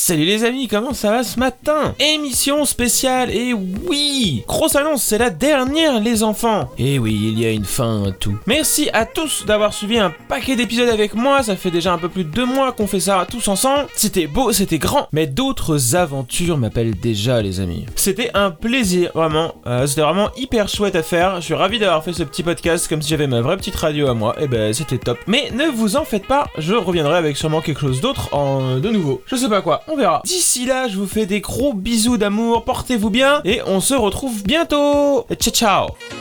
Salut les amis, comment ça va ce matin? Émission spéciale, et oui! Grosse annonce, c'est la dernière les enfants! Et oui, il y a une fin à tout. Merci à tous d'avoir suivi un paquet d'épisodes avec moi, ça fait déjà un peu plus de 2 mois qu'on fait ça tous ensemble. C'était beau, c'était grand, mais d'autres aventures m'appellent déjà les amis. C'était un plaisir, vraiment, c'était vraiment hyper chouette à faire, je suis ravi d'avoir fait ce petit podcast comme si j'avais ma vraie petite radio à moi, et ben c'était top. Mais ne vous en faites pas, je reviendrai avec sûrement quelque chose d'autre de nouveau. Je sais pas quoi, on verra. D'ici là, je vous fais des gros bisous d'amour, portez-vous bien, et on se retrouve bientôt. Ciao ciao.